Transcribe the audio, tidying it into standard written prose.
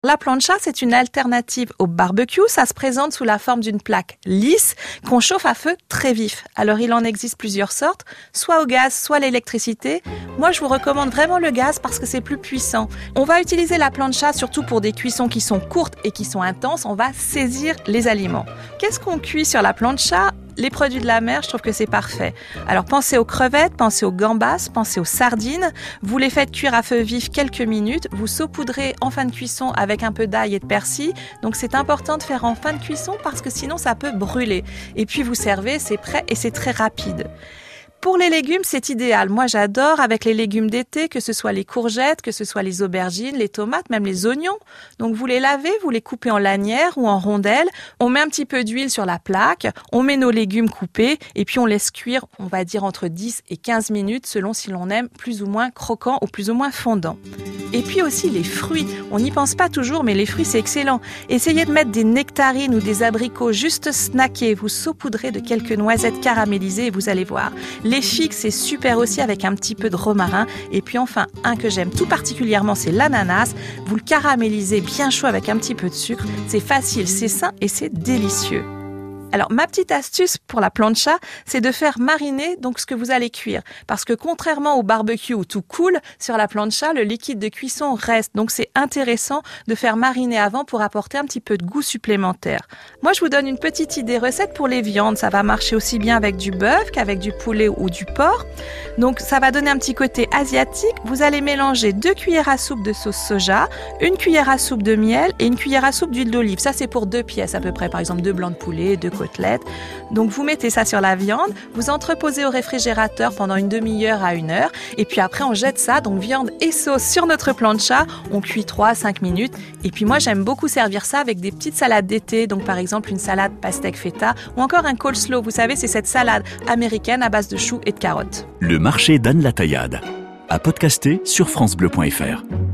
La plancha, c'est une alternative au barbecue. Ça se présente sous la forme d'une plaque lisse qu'on chauffe à feu très vif. Alors, il en existe plusieurs sortes, soit au gaz, soit à l'électricité. Moi, je vous recommande vraiment le gaz parce que c'est plus puissant. On va utiliser la plancha surtout pour des cuissons qui sont courtes et qui sont intenses. On va saisir les aliments. Qu'est-ce qu'on cuit sur la plancha ? Les produits de la mer, je trouve que c'est parfait. Alors pensez aux crevettes, pensez aux gambas, pensez aux sardines. Vous les faites cuire à feu vif quelques minutes. Vous saupoudrez en fin de cuisson avec un peu d'ail et de persil. Donc c'est important de faire en fin de cuisson parce que sinon ça peut brûler. Et puis vous servez, c'est prêt et c'est très rapide. Pour les légumes, c'est idéal. Moi, j'adore avec les légumes d'été, que ce soit les courgettes, que ce soit les aubergines, les tomates, même les oignons. Donc, vous les lavez, vous les coupez en lanières ou en rondelles. On met un petit peu d'huile sur la plaque. On met nos légumes coupés et puis on laisse cuire, on va dire, entre 10 et 15 minutes selon si l'on aime plus ou moins croquant ou plus ou moins fondant. Et puis aussi les fruits. On n'y pense pas toujours, mais les fruits, c'est excellent. Essayez de mettre des nectarines ou des abricots juste snackés. Vous saupoudrez de quelques noisettes caramélisées et vous allez voir. Les figues, c'est super aussi avec un petit peu de romarin. Et puis enfin, un que j'aime tout particulièrement, c'est l'ananas. Vous le caramélisez bien chaud avec un petit peu de sucre. C'est facile, c'est sain et c'est délicieux. Alors, ma petite astuce pour la plancha, c'est de faire mariner donc ce que vous allez cuire. Parce que contrairement au barbecue où tout coule, sur la plancha, le liquide de cuisson reste. Donc, c'est intéressant de faire mariner avant pour apporter un petit peu de goût supplémentaire. Moi, je vous donne une petite idée recette pour les viandes. Ça va marcher aussi bien avec du bœuf qu'avec du poulet ou du porc. Donc, ça va donner un petit côté asiatique. Vous allez mélanger 2 cuillères à soupe de sauce soja, 1 cuillère à soupe de miel et 1 cuillère à soupe d'huile d'olive. Ça, c'est pour 2 pièces à peu près. Par exemple, 2 blancs de poulet, 2 côtelettes. Donc vous mettez ça sur la viande, vous entreposez au réfrigérateur pendant une demi-heure à 1 heure et puis après on jette ça, donc viande et sauce sur notre plancha, on cuit 3 à 5 minutes et puis moi j'aime beaucoup servir ça avec des petites salades d'été, donc par exemple une salade pastèque feta ou encore un coleslaw, vous savez c'est cette salade américaine à base de choux et de carottes. Le marché d'Anne Lataillade, à podcaster sur francebleu.fr.